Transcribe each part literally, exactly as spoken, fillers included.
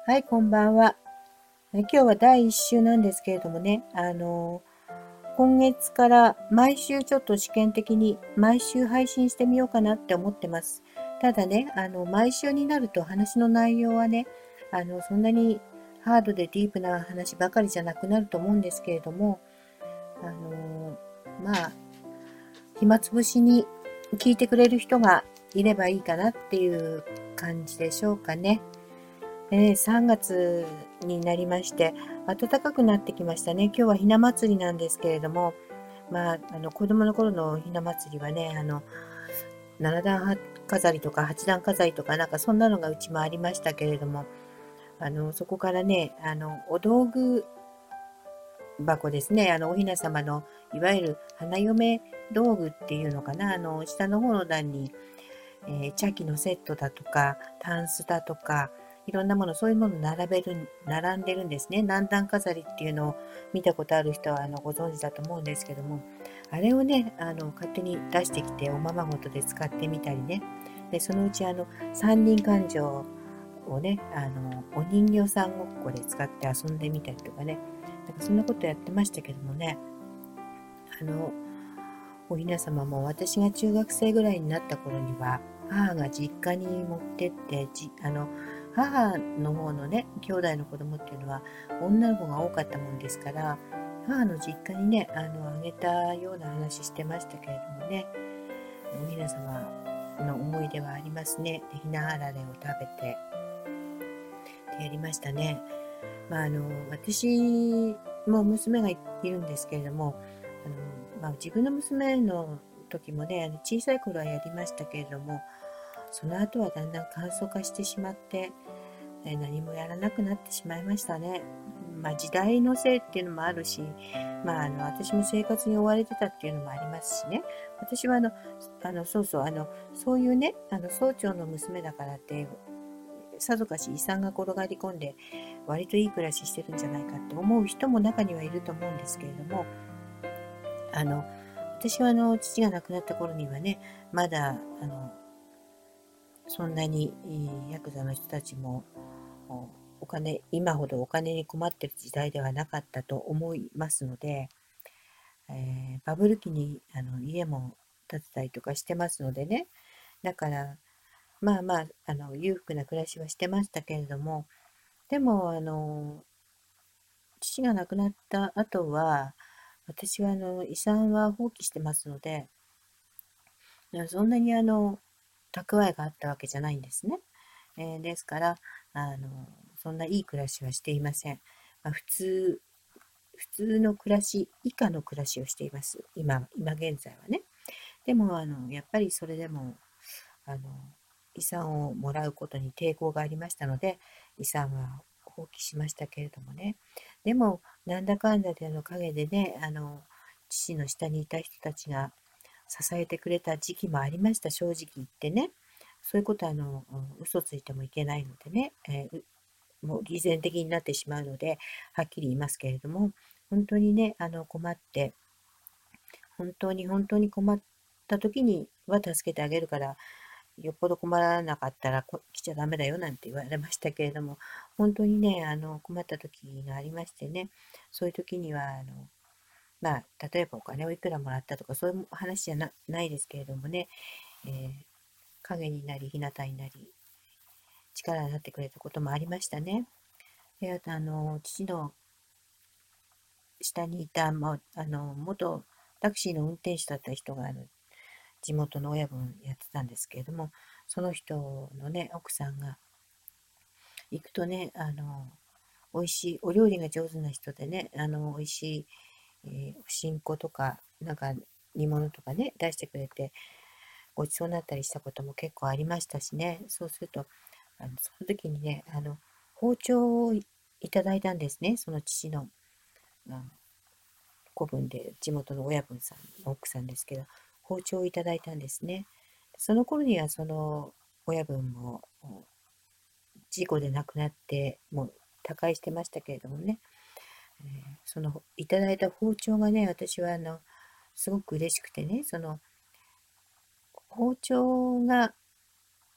はい、こんばんは。え今日はだいいっ週なんですけれどもね、あの、今月から毎週ちょっと試験的に毎週配信してみようかなって思ってます。ただね、あの、毎週になると話の内容はね、あの、そんなにハードでディープな話ばかりじゃなくなると思うんですけれども、あの、まあ、暇つぶしに聞いてくれる人がいればいいかなっていう感じでしょうかね。えー、さんがつになりまして、暖かくなってきましたね。今日はひな祭りなんですけれども、まあ、あの、子供の頃のひな祭りはね、あの、なな段飾りとかはち段飾りとか、なんかそんなのがうちもありましたけれども、あの、そこからね、あの、お道具箱ですね、あの、お雛様の、いわゆる花嫁道具っていうのかな、あの、下の方の段に、えー茶器のセットだとか、タンスだとか、いろんなもの、そういうもの並べる、並んでるんですね。南段飾りっていうのを見たことある人はあのご存知だと思うんですけども、あれをね、あの勝手に出してきておままごとで使ってみたりね。で、そのうちあの三人勘定をね、あのお人形さんごっこで使って遊んでみたりとかね、なんかそんなことやってましたけどもね、あのお雛様も私が中学生ぐらいになった頃には、母が実家に持ってって、じあの母の方のね、兄弟の子供っていうのは女の子が多かったもんですから、母の実家にね、あの、あげたような話してましたけれどもね、お雛様の思い出はありますね。で、ひなあられを食べて、ってやりましたね。まあ、あの、私も娘がいるんですけれども、あの、まあ、自分の娘の時もね、あの小さい頃はやりましたけれども、その後はだんだん簡素化してしまって、え何もやらなくなってしまいましたね。まあ、時代のせいっていうのもあるし、まあ、あの、私も生活に追われてたっていうのもありますしね。私はあの、あの、そうそう、あの、そういうね、あの、総長の娘だからって、さぞかし遺産が転がり込んで、割といい暮らししてるんじゃないかって思う人も中にはいると思うんですけれども、あの、私はあの、父が亡くなった頃にはね、まだ、あの、そんなに、ヤクザの人たちも、お金、今ほどお金に困ってる時代ではなかったと思いますので、えーバブル期にあの家も建てたりとかしてますのでね、だから、まあまあ、あの、裕福な暮らしはしてましたけれども、でも、あの、父が亡くなった後は、私はあの遺産は放棄してますので、そんなにあの蓄えがあったわけじゃないんですね。えーですから、あの、そんないい暮らしはしていません。まあ、普通、普通の暮らし以下の暮らしをしています。今、今現在はね。でも、あの、やっぱりそれでも、あの、遺産をもらうことに抵抗がありましたので、遺産は放棄しましたけれどもね。でも、なんだかんだでの陰でね、あの、父の下にいた人たちが支えてくれた時期もありました、正直言ってね。そういうことは、あの、嘘ついてもいけないのでね、えーもう偽善的になってしまうので、はっきり言いますけれども、本当にね、あの、困って、本当に本当に困った時には助けてあげるから、よっぽど困らなかったらこ来ちゃダメだよなんて言われましたけれども、本当にね、あの、困った時がありましてね、そういう時には、あの、まあ、例えばお金をいくらもらったとか、そういう話じゃなないですけれどもね、えー影になり、日向になり、力になってくれたこともありましたね。で、あと、あの、父の下にいた、まあ、あの、元タクシーの運転手だった人が、あの、地元の親分やってたんですけれども、その人のね、奥さんが行くとね、あの、美味しい、お料理が上手な人でね、あの、美味しい、えーおしんことか、なんか煮物とかね、出してくれて、ごちそうになったりしたことも結構ありましたしね、そうすると、あのその時にね、あの、包丁をいただいたんですね、その父の、あの子分で、地元の親分さんの奥さんですけど、包丁をいただいたんですね。その頃にはその親分も事故で亡くなって、もう他界してましたけれどもね、えーそのいただいた包丁がね、私はあの、すごく嬉しくてね、その包丁が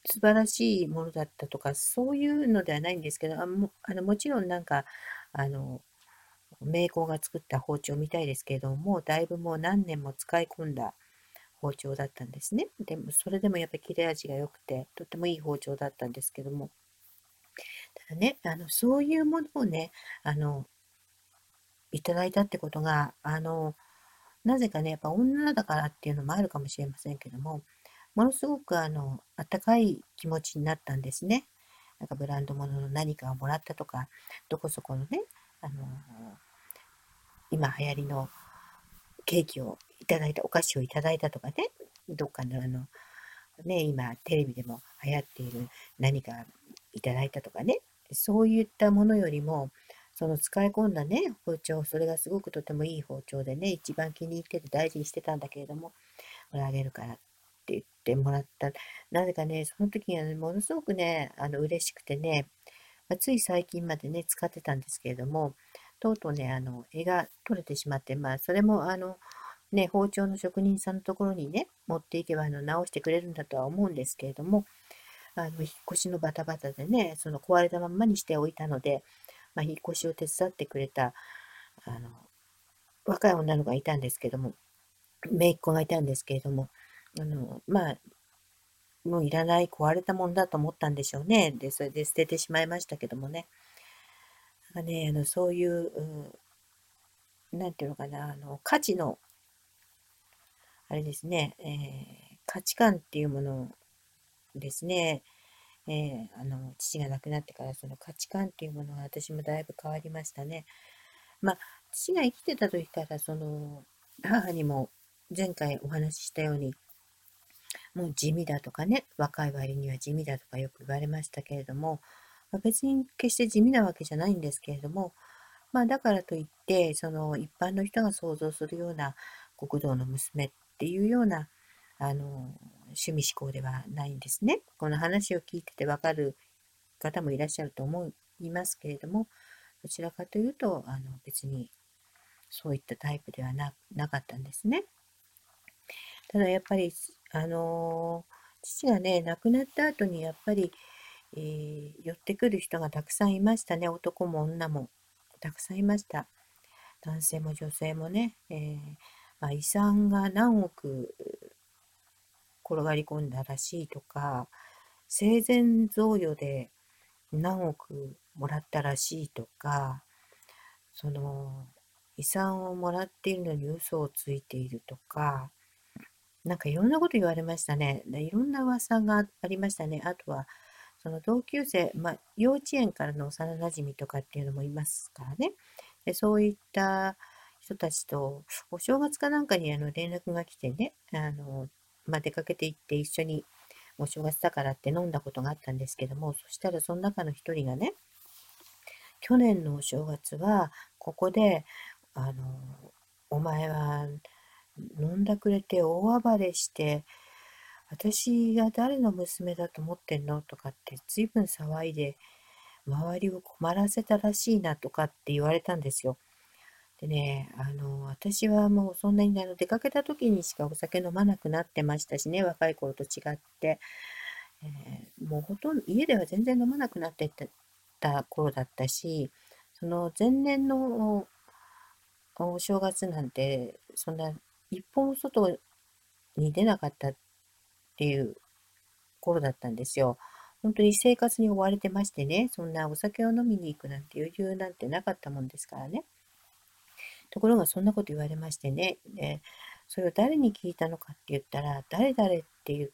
素晴らしいものだったとか、そういうのではないんですけど、あもあのもちろんなんか、あの、名工が作った包丁みたいですけれども、もうだいぶもう何年も使い込んだ包丁だったんですね。でも、それでもやっぱり切れ味が良くて、とてもいい包丁だったんですけども、ただね、あの、そういうものをね、あの、いただいたってことが、あの、なぜかね、やっぱ女だからっていうのもあるかもしれませんけども、ものすごくあの、あったかい気持ちになったんですね。なんかブランド物の何かをもらったとか、どこそこのね、あの、今流行りのケーキをいただいた、お菓子をいただいたとかね、どっかのあの、ね、今テレビでも流行っている何かいただいたとかね、そういったものよりも、その使い込んだね、包丁、それがすごくとてもいい包丁でね、一番気に入ってて大事にしてたんだけれども、これあげるからって言ってもらった。なぜかね、その時にはね、ものすごくね、あの、嬉しくてね、まあ、つい最近までね、使ってたんですけれども、とうとうね、あの、絵が取れてしまって、まあ、それも、あの、ね、包丁の職人さんのところにね、持っていけば、あの、直してくれるんだとは思うんですけれども、あの、引っ越しのバタバタでね、その壊れたまんまにしておいたので、まあ、引っ越しを手伝ってくれた、あの、若い女の子がいたんですけども、姪っ子がいたんですけれども、あの、まあ、もういらない壊れたもんだと思ったんでしょうね。で、それで捨ててしまいましたけどもね。なんかね、あの、そういう、うん、なんていうのかな、あの、価値の、あれですね、えー価値観っていうものですね、えーあの、父が亡くなってからその価値観っていうものは私もだいぶ変わりましたね。まあ、父が生きてた時から、その、母にも前回お話ししたように、もう地味だとかね、若い割には地味だとかよく言われましたけれども、まあ、別に決して地味なわけじゃないんですけれども、まあだからといって、その一般の人が想像するような極道の娘っていうような、あの、趣味思考ではないんですね。この話を聞いててわかる方もいらっしゃると思いますけれども、どちらかというと、あの別にそういったタイプではな、なかったんですね。ただやっぱり、あの父がね、亡くなった後にやっぱり、えー寄ってくる人がたくさんいましたね。男も女もたくさんいました。男性も女性もね、えーまあ、遺産が何億転がり込んだらしいとか、生前贈与で何億もらったらしいとか、その遺産をもらっているのに嘘をついているとか、なんかいろんなこと言われましたね。でいろんな噂がありましたね。あとは、その同級生、まあ、幼稚園からの幼馴染とかっていうのもいますからね。で、そういった人たちと、お正月かなんかにあの連絡が来てね、あの、まあ、出かけて行って一緒にお正月だからって飲んだことがあったんですけども、そしたらその中の一人がね、去年のお正月は、ここで、あの、お前は飲んだくれて大暴れして、私が誰の娘だと思ってんのとかって随分騒いで、周りを困らせたらしいなとかって言われたんですよ。でね、あの、私はもうそんなにあの出かけた時にしかお酒飲まなくなってましたしね、若い頃と違って、えーもうほとんど家では全然飲まなくなってた頃だったし、その前年のお正月なんて、そんな一歩も外に出なかったっていう頃だったんですよ。本当に生活に追われてましてね、そんなお酒を飲みに行くなんて余裕なんてなかったもんですからね。ところがそんなこと言われましてね、で、それを誰に聞いたのかって言ったら、誰々って言って、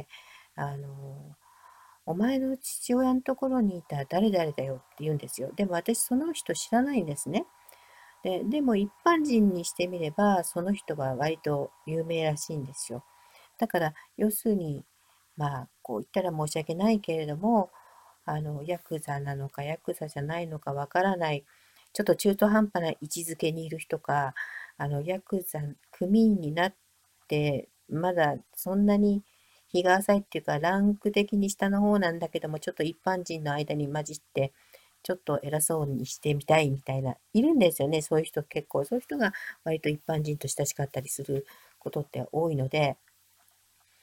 あの、お前の父親のところにいた誰々だよって言うんですよ。でも私その人知らないんですね。で、でも一般人にしてみれば、その人は割と有名らしいんですよ。だから、要するに、まあ、こう言ったら申し訳ないけれども、あの、ヤクザなのか、ヤクザじゃないのかわからない、ちょっと中途半端な位置づけにいる人か、あの、ヤクザ、組員になって、まだそんなに日が浅いっていうか、ランク的に下の方なんだけども、ちょっと一般人の間に混じって、ちょっと偉そうにしてみたいみたいな、いるんですよね、そういう人結構。そういう人が割と一般人と親しかったりすることって多いので、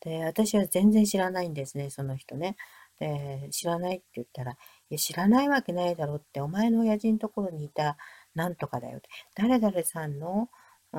で、私は全然知らないんですね、その人ね。で、知らないって言ったら、いや、知らないわけないだろって、お前の親父のところにいたなんとかだよって、誰々さんの、うん、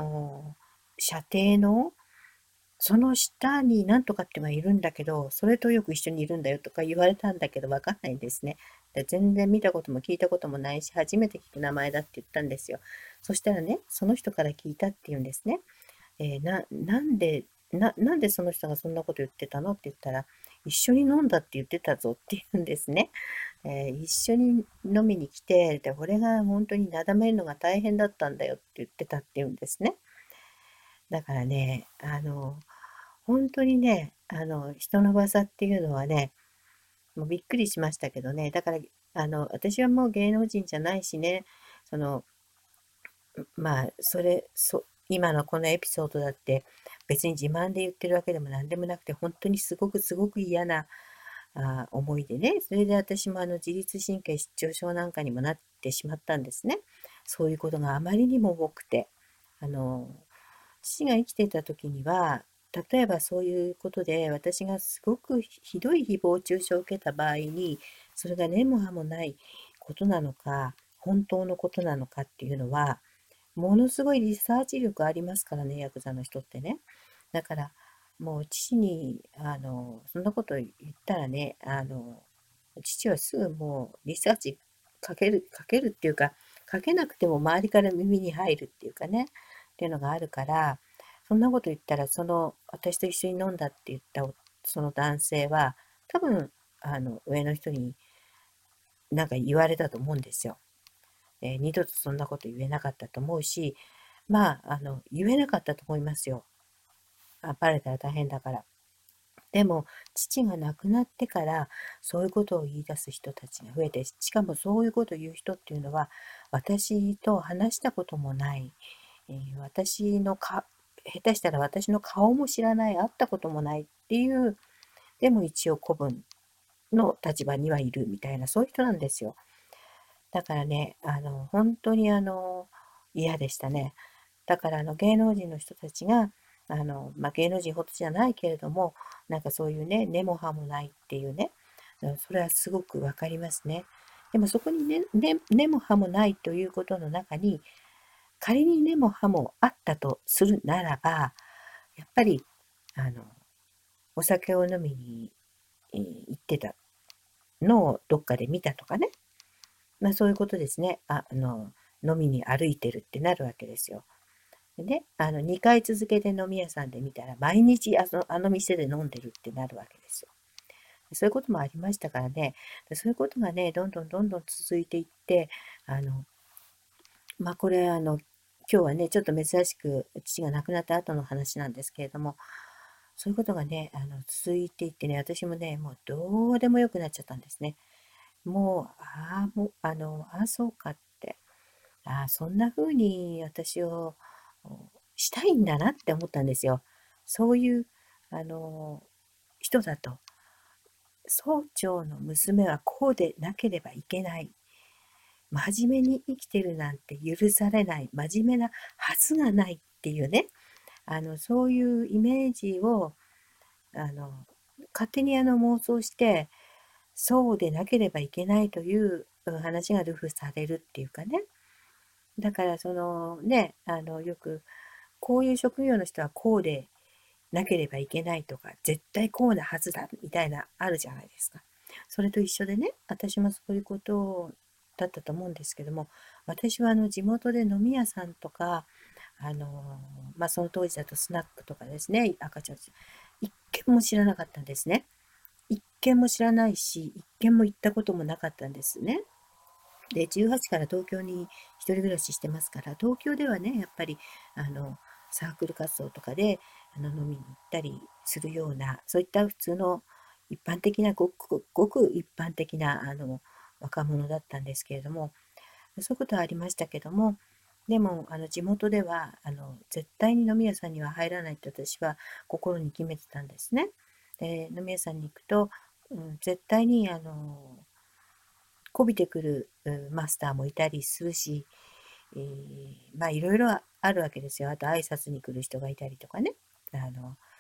射程のその下になんとかってはいるんだけど、それとよく一緒にいるんだよとか言われたんだけど、わかんないんですね。で、全然見たことも聞いたこともないし、初めて聞く名前だって言ったんですよ。そしたらね、その人から聞いたって言うんですね。えーな、なんで、な、なんでその人がそんなこと言ってたのって言ったら、一緒に飲んだって言ってたぞって言うんですね。えー一緒に飲みに来て、で、俺が本当になだめるのが大変だったんだよって言ってたって言うんですね。だからね、あの、本当にね、あの、人の噂っていうのはね、もうびっくりしましたけどね。だから、あの、私はもう芸能人じゃないしね、その、まあ、それ、そ、今のこのエピソードだって、別に自慢で言ってるわけでも何でもなくて、本当にすごくすごく嫌なあ思いでね、それで私もあの自律神経失調症なんかにもなってしまったんですね。そういうことがあまりにも多くて。あの、父が生きていた時には、例えばそういうことで私がすごくひどい誹謗中傷を受けた場合に、それが根も葉もないことなのか、本当のことなのかっていうのは、ものすごいリサーチ力ありますからね、ヤクザの人ってね。だから、もう父に、あの、そんなこと言ったらね、あの、父はすぐもうリサーチかける、かけるっていうか、かけなくても周りから耳に入るっていうかね、っていうのがあるから、そんなこと言ったら、その、私と一緒に飲んだって言ったその男性は、多分、あの、上の人になんか言われたと思うんですよ。えー二度とそんなこと言えなかったと思うし、まあ、あの、言えなかったと思いますよ。あ、バレたら大変だから。でも、父が亡くなってから、そういうことを言い出す人たちが増えて、しかもそういうことを言う人っていうのは、私と話したこともない、えー私のか、下手したら私の顔も知らない、会ったこともないっていう、でも一応古文の立場にはいるみたいな、そういう人なんですよ。だからね、あの、本当にあの、嫌でしたね。だからあの芸能人の人たちが、あの、まあ、芸能人ほどじゃないけれども、なんかそういうね、根も葉もないっていうね、うん、それはすごくわかりますね。でもそこにね、ね、根も葉もないということの中に、仮に根も葉もあったとするならば、やっぱり、あの、お酒を飲みに、えー行ってたのをどっかで見たとかね、まあそういうことですね。あ、あの、飲みに歩いてるってなるわけですよ。でね、あの、にかい続けて飲み屋さんで見たら、毎日あの、あの店で飲んでるってなるわけですよ。そういうこともありましたからね。そういうことがね、どんどんどんどん続いていって、あの、まあ、これ、あの、今日はね、ちょっと珍しく父が亡くなった後の話なんですけれども、そういうことがね、あの、続いていってね、私もね、もうどうでもよくなっちゃったんですね。もう、ああ、もう、あの、ああ、そうかって、ああ、そんな風に私をしたいんだなって思ったんですよ。そういう、あの、人だと、総長の娘はこうでなければいけない。真面目に生きてるなんて許されない。真面目なはずがないっていうね。あの、そういうイメージを、あの、勝手にあの妄想して、そうでなければいけないという話がルフされるっていうかね。だからそのね、あの、よく、こういう職業の人はこうでなければいけないとか、絶対こうなはずだみたいな、あるじゃないですか。それと一緒でね、私もそういうことだったと思うんですけども、私はあの地元で飲み屋さんとか、あの、まあ、その当時だとスナックとかですね、赤ちゃん、一軒も知らなかったんですね。一軒も知らないし、一軒も行ったこともなかったんですね。で、じゅうはちから東京に一人暮らししてますから、東京ではね、やっぱり、あの、サークル活動とかで、あの、飲みに行ったりするような、そういった普通の一般的な、ごく、ごく一般的な、あの、若者だったんですけれども、そういうことはありましたけども、でも、あの、地元では、あの、絶対に飲み屋さんには入らないと私は心に決めてたんですね。で、飲み屋さんに行くと、うん、絶対に、あの、こびてくるマスターもいたりするし、えーまあいろいろあるわけですよ。あと挨拶に来る人がいたりとかね。あの、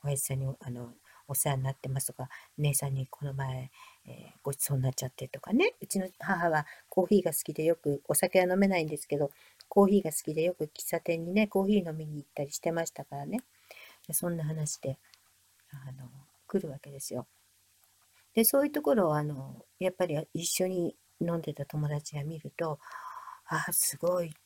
親父さんにあのお世話になってますとか、姉さんにこの前、えーごちそうになっちゃってとかね。うちの母はコーヒーが好きでよく、お酒は飲めないんですけど、コーヒーが好きでよく喫茶店にね、コーヒー飲みに行ったりしてましたからね。でそんな話で、あの、来るわけですよ。で、そういうところを、あの、やっぱり一緒に飲んでた友達が見ると、ああ、すごいって、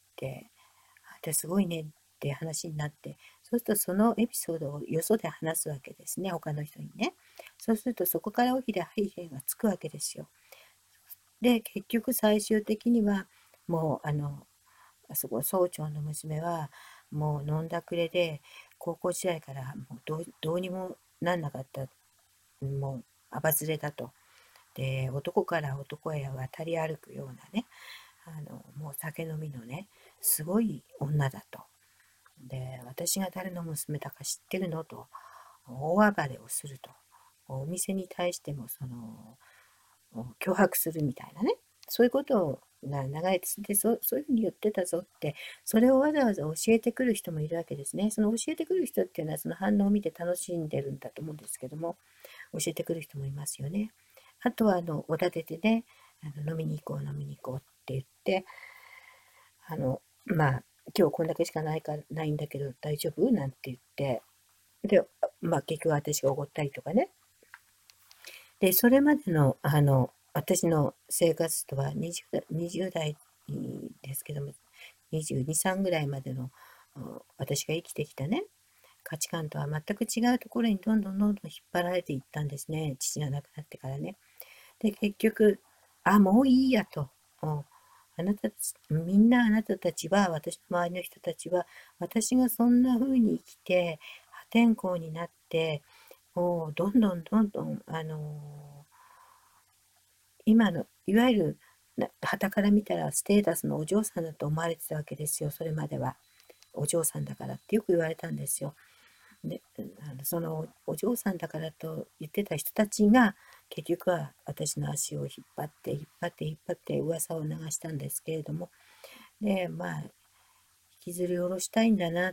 あんたすごいねって話になって、そうするとそのエピソードをよそで話すわけですね、他の人にね。そうするとそこから大きなハイヘイがつくわけですよ。で、結局最終的には、もう、あの、あそこ、総長の娘は、もう飲んだくれで、高校時代からもうどうどうにもなんなかった、もう、アバズレだと。で、男から男へ渡り歩くようなね、あの、もう酒飲みのね、すごい女だと。で、私が誰の娘だか知ってるのと、大暴れをすると。お店に対しても、その、脅迫するみたいなね。そういうことをな流れてでそ、そういうふうに言ってたぞって、それをわざわざ教えてくる人もいるわけですね。その教えてくる人っていうのは、その反応を見て楽しんでるんだと思うんですけども、教えてくる人もいますよね。あとは、あの、おだててね、あの飲みに行こう、飲みに行こうって言って、あの、まあ、今日こんだけしかないか、ないんだけど大丈夫なんて言って、で、まあ結局私がおごったりとかね。で、それまでの、あの、私の生活とはにじゅう代、にじゅう代ですけども、にじゅうに、さんぐらいまでの私が生きてきたね、価値観とは全く違うところにどんどんどんどん引っ張られていったんですね。父が亡くなってからね。で、結局、あ、もういいやと。うんあなたたち、みんなあなたたちは、私の周りの人たちは、私がそんな風に生きて、破天荒になって、もうどんどんどんどん、あのー今の、いわゆる、傍から見たらステータスのお嬢さんだと思われてたわけですよ、それまでは。お嬢さんだからってよく言われたんですよ。で、あのそのお嬢さんだからと言ってた人たちが結局は私の足を引っ張って引っ張って引っ張って噂を流したんですけれども、でまあ引きずり下ろしたいんだなって、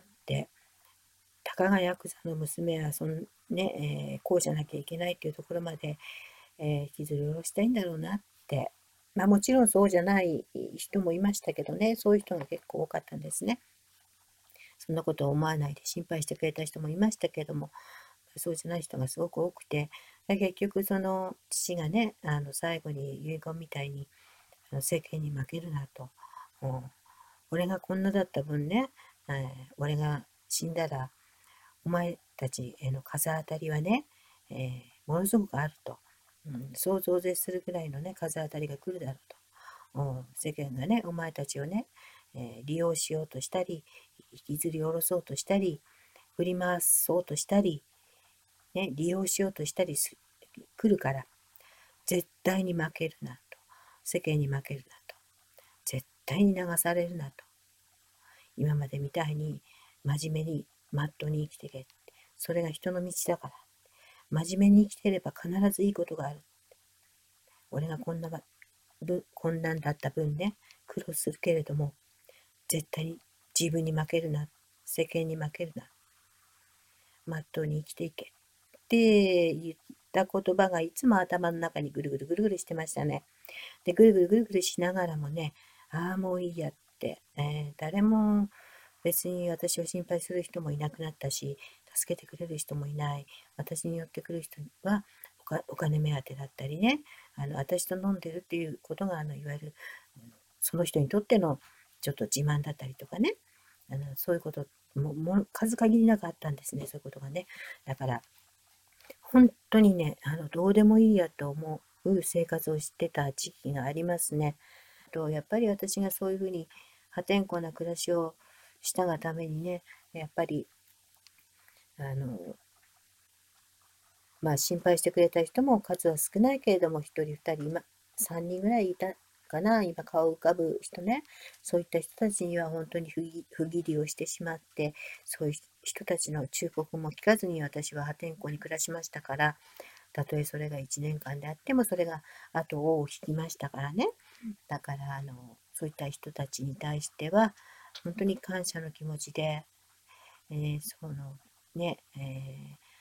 たかがヤクザの娘はそん、ねえーこうじゃなきゃいけないっていうところまで、えー引きずり下ろしたいんだろうなって、まあもちろんそうじゃない人もいましたけどね、そういう人が結構多かったんですね。そんなことを思わないで心配してくれた人もいましたけれども、そうじゃない人がすごく多くて、結局その父がね、あの最後に遺言みたいに、あの世間に負けるなと。うん、俺がこんなだった分ね、えー俺が死んだら、お前たちへの風当たりはね、えーものすごくあると。うん、想像を絶するぐらいのね、風当たりが来るだろうと。うん、世間がね、お前たちをね、えー利用しようとしたり、引きずり下ろそうとしたり、振り回そうとしたり、ね、利用しようとしたりす来るから、絶対に負けるなと。世間に負けるなと。絶対に流されるなと。今までみたいに真面目に、まっとうに生きていけ。それが人の道だから。真面目に生きていれば必ずいいことがある。俺がこんな分、困難だった分ね、苦労するけれども、絶対に自分に負けるな。世間に負けるな。まっとうに生きていけ。って言った言葉がいつも頭の中にぐるぐるぐるぐるしてましたね。で、ぐるぐるぐるぐるしながらもね、ああ、もういいやって、えー誰も別に私を心配する人もいなくなったし、助けてくれる人もいない。私に寄ってくる人はおかお金目当てだったりね、あの私と飲んでるっていうことが、あのいわゆるその人にとってのちょっと自慢だったりとかね、あのそういうことももう数限りなくあったんですね、そういうことがね。だから本当にね、あの、どうでもいいやと思う生活をしてた時期がありますね。と、やっぱり私がそういうふうに破天荒な暮らしをしたがためにね、やっぱり、あの、まあ心配してくれた人も数は少ないけれども、一人二人、今、三人ぐらいいたかな、今顔浮かぶ人ね。そういった人たちには本当に不義不義理をしてしまって、そういう人たちの忠告も聞かずに私は破天荒に暮らしましたから、たとえそれがいちねんかんであっても、それが後を引きましたからね。だから、あの、そういった人たちに対しては、本当に感謝の気持ちで、えーその、ね、えー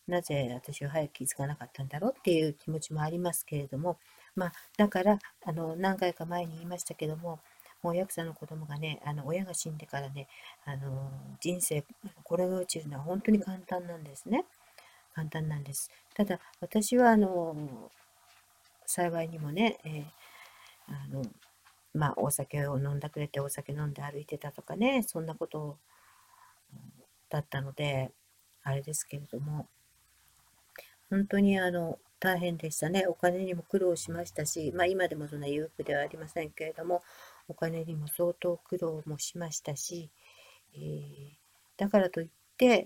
なぜ私は早く気づかなかったんだろうっていう気持ちもありますけれども、まあ、だから、あの、何回か前に言いましたけども、もうヤクザの子供がね、あの、親が死んでからね、あの、人生、これが落ちるのは本当に簡単なんですね。簡単なんです。ただ、私は、あの、幸いにもね、えーあの、まあ、お酒を飲んだくれてお酒飲んで歩いてたとかね、そんなことだったので、あれですけれども、本当にあの、大変でしたね。お金にも苦労しましたし、まあ今でもそんな裕福ではありませんけれども、お金にも相当苦労もしましたし、えーだからといって、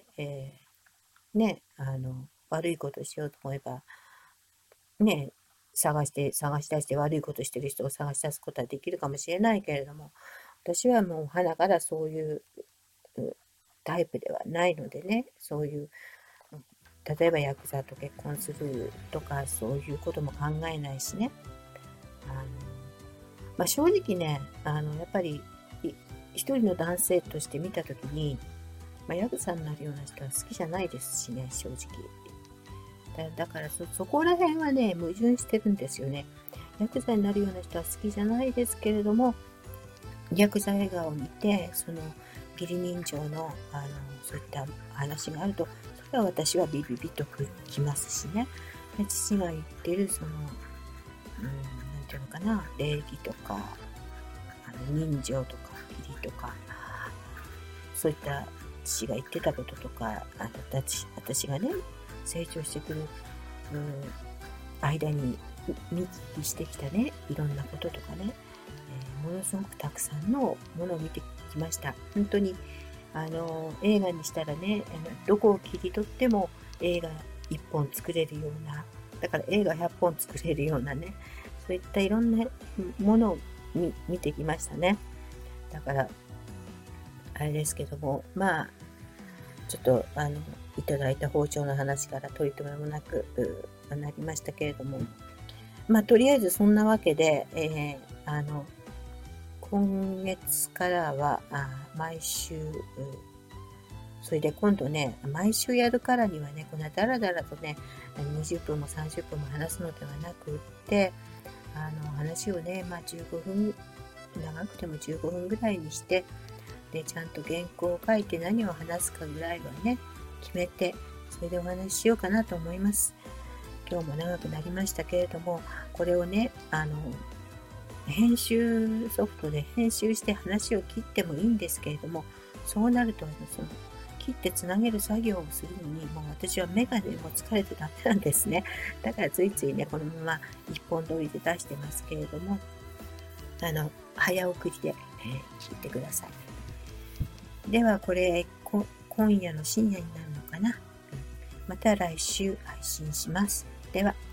えーね、あの、悪いことをしようと思えば、ね、探して、探し出して悪いことしてる人を探し出すことはできるかもしれないけれども、私はもう花からそういううタイプではないのでね、そういう、うん例えばヤクザと結婚するとか、そういうことも考えないしね。あの、まあ、正直ね、あの、やっぱり、い一人の男性として見たときに、まあ、ヤクザになるような人は好きじゃないですしね、正直。だだからそ、そこら辺はね、矛盾してるんですよね。ヤクザになるような人は好きじゃないですけれども、ヤクザ映画を見て、その義理人情の、あの、そういった話があると、それは私はビビビときますしね。で父が言ってる、その、うん、なんていうのかな、礼儀とか、あの人情とか、義理とか、そういった父が言ってたこととか、あの私私がね、成長してくる、うん、間に見聞きしてきたね、いろんなこととかね、えーものすごくたくさんのものを見てきました。本当に、あの、映画にしたらね、あのどこを切り取っても映画いっぽん作れるような、だから映画ひゃっぽん作れるようなね、そういったいろんなものを見見てきましたね。だから、あれですけども、まあ、ちょっと、あの、いただいた包丁の話から取り留めもなくなりましたけれども、まあ、とりあえずそんなわけで、えー、あの、今月からは、あ毎週、それで今度ね、毎週やるからにはね、こんなだらだらとね、にじゅっぷんもさんじゅっぷんも話すのではなくって、あの、話をね、まあじゅうごふん、長くてもじゅうごふんぐらいにして、で、ちゃんと原稿を書いて何を話すかぐらいはね、決めて、それでお話ししようかなと思います。今日も長くなりましたけれども、これをね、あの、編集ソフトで編集して話を切ってもいいんですけれども、そうなると、その、切ってつなげる作業をするのに、もう私は目がね、もう疲れてダメなんですね。だからついついね、このまま一本通りで出してますけれども、あの、早送りで、えー聞いてください。では、これ、こ今夜の深夜になるのかな。また来週配信します。では。